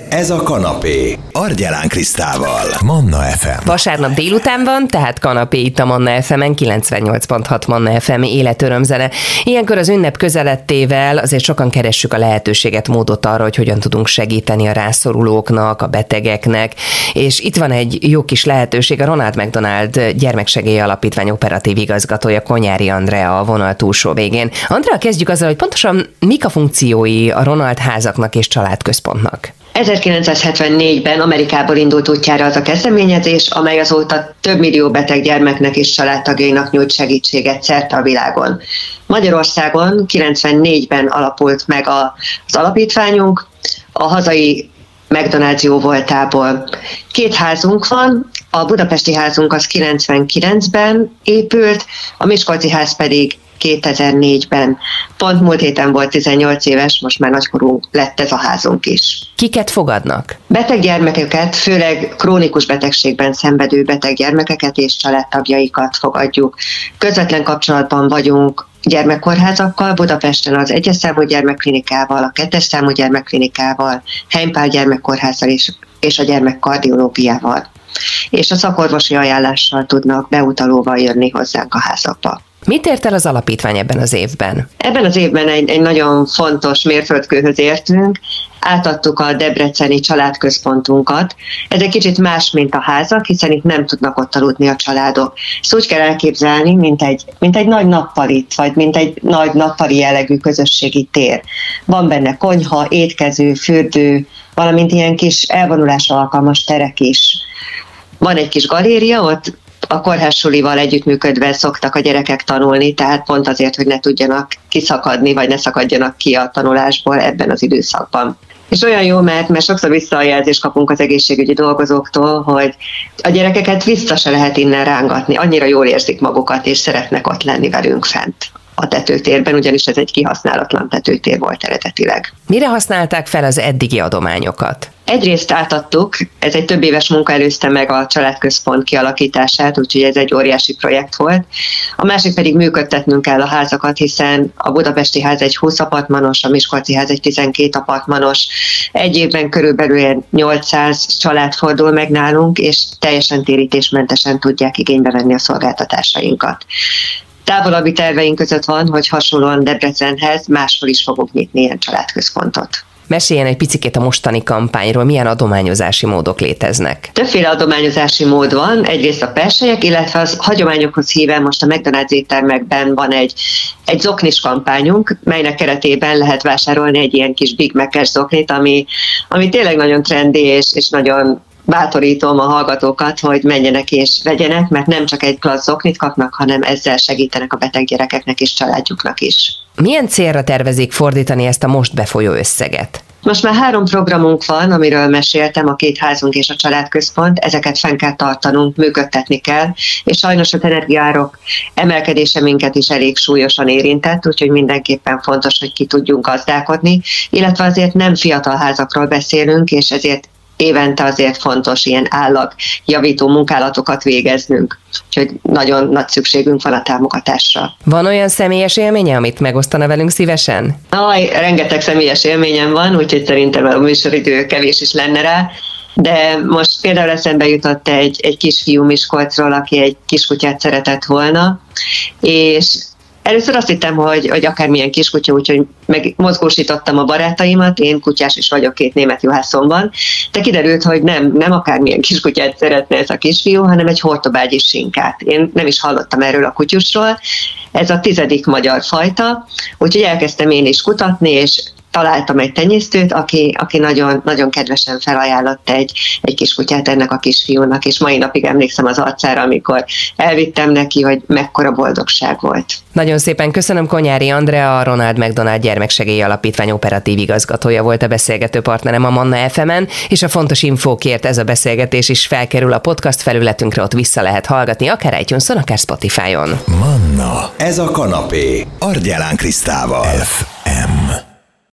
Ez a kanapé. Argyelán Krisztával. Manna FM. Vasárnap délután van, tehát kanapé itt a Manna FM-en, 98.6 Manna FM életörömzene. Ilyenkor az ünnep közelettével azért sokan keressük a lehetőséget, módot arra, hogy hogyan tudunk segíteni a rászorulóknak, a betegeknek, és itt van egy jó kis lehetőség, a Ronald McDonald Gyermeksegély Alapítvány operatív igazgatója, Konyári Andrea a vonal túlsó végén. Andrea, kezdjük azzal, hogy pontosan mik a funkciói a Ronald házaknak és családközpontnak? 1974-ben Amerikából indult útjára az a kezdeményezés, amely azóta több millió beteg gyermeknek és családtagjainak nyújt segítséget szerte a világon. Magyarországon 94-ben alapult meg az alapítványunk, a hazai McDonald's jóvoltából. 2 házunk van, a budapesti házunk az 99-ben épült, a miskolci ház pedig 2004-ben. Pont múlt héten volt 18 éves, most már nagykorú lett ez a házunk is. Kiket fogadnak? Beteg gyermekeket, főleg krónikus betegségben szenvedő beteg gyermekeket és családtagjaikat fogadjuk. Közvetlen kapcsolatban vagyunk gyermekkórházakkal, Budapesten az 1-es számú gyermekklinikával, a 2-es számú gyermekklinikával, Heimpál gyermekkórházzal és a gyermekkardiológiával. És a szakorvosi ajánlással tudnak beutalóval jönni hozzánk a házakba. Mit ért el az alapítvány ebben az évben? Ebben az évben egy nagyon fontos mérföldkőhöz értünk. Átadtuk a debreceni családközpontunkat. Ez egy kicsit más, mint a házak, hiszen itt nem tudnak ott aludni a családok. Ezt úgy kell elképzelni, mint egy nagy nappalit, vagy mint egy nagy nappali jellegű közösségi tér. Van benne konyha, étkező, fürdő, valamint ilyen kis elvonulásra alkalmas terek is. Van egy kis galéria, ott a kórházsulival együttműködve szoktak a gyerekek tanulni, tehát pont azért, hogy ne tudjanak kiszakadni, vagy ne szakadjanak ki a tanulásból ebben az időszakban. És olyan jó, mert sokszor visszajelzést kapunk az egészségügyi dolgozóktól, hogy a gyerekeket vissza se lehet innen rángatni, annyira jól érzik magukat, és szeretnek ott lenni velünk fent a tetőtérben, ugyanis ez egy kihasználatlan tetőtér volt eredetileg. Mire használták fel az eddigi adományokat? Egyrészt átadtuk, ez egy több éves munka előzte meg a családközpont kialakítását, úgyhogy ez egy óriási projekt volt. A másik pedig működtetnünk kell a házakat, hiszen a budapesti ház egy 20 apartmanos, a miskolci ház egy 12 apartmanos. Egy évben körülbelül 800 család fordul meg nálunk, és teljesen térítésmentesen tudják igénybe venni a szolgáltatásainkat. Távolabbi terveink között van, hogy hasonlóan Debrecenhez máshol is fogunk nyitni ilyen családközpontot. Meséljen egy picikét a mostani kampányról, milyen adományozási módok léteznek? Többféle adományozási mód van, egyrészt a perselyek, illetve az hagyományokhoz híven most a McDonald's éttermekben van egy zoknis kampányunk, melynek keretében lehet vásárolni egy ilyen kis Big Mac-es zoknit, ami tényleg nagyon trendi és nagyon bátorítom a hallgatókat, hogy menjenek és vegyenek, mert nem csak egy klassz zoknit kapnak, hanem ezzel segítenek a beteg gyerekeknek és családjuknak is. Milyen célra tervezik fordítani ezt a most befolyó összeget? Most már 3 programunk van, amiről meséltem, a 2 házunk és a családközpont, ezeket fenn kell tartanunk, működtetni kell, és sajnos az energiaárok emelkedése minket is elég súlyosan érintett, úgyhogy mindenképpen fontos, hogy ki tudjunk gazdálkodni, illetve azért nem fiatal házakról beszélünk, és ezért évente azért fontos ilyen állaggyavító munkálatokat végeznünk. Úgyhogy nagyon nagy szükségünk van a támogatásra. Van olyan személyes élménye, amit megosztana velünk szívesen? Rengeteg személyes élményem van, úgyhogy szerintem a műsoridő kevés is lenne rá. De most például eszembe jutott egy kisfiú Miskolcról, aki egy kiskutyát szeretett volna, és először azt hittem, hogy akármilyen kiskutya, úgyhogy megmozgósítottam a barátaimat, én kutyás is vagyok, 2 német juhászomban, de kiderült, hogy nem akármilyen kiskutyát szeretne ez a kisfiú, hanem egy hortobágyi sinkát. Én nem is hallottam erről a kutyusról, ez a 10. magyar fajta, úgyhogy elkezdtem én is kutatni, és találtam egy tenyésztőt, aki nagyon, nagyon kedvesen felajánlott egy kiskutyát ennek a kisfiúnak, és mai napig emlékszem az arcára, amikor elvittem neki, hogy mekkora boldogság volt. Nagyon szépen köszönöm, Konyári Andrea, a Ronald McDonald Gyermeksegély Alapítvány operatív igazgatója volt a beszélgető partnerem a Manna FM-en, és a fontos infókért ez a beszélgetés is felkerül a podcast felületünkre, ott vissza lehet hallgatni, akár iTunes-on, akár Spotify-on. Manna, ez a kanapé, Argyelán Krisztával. FM.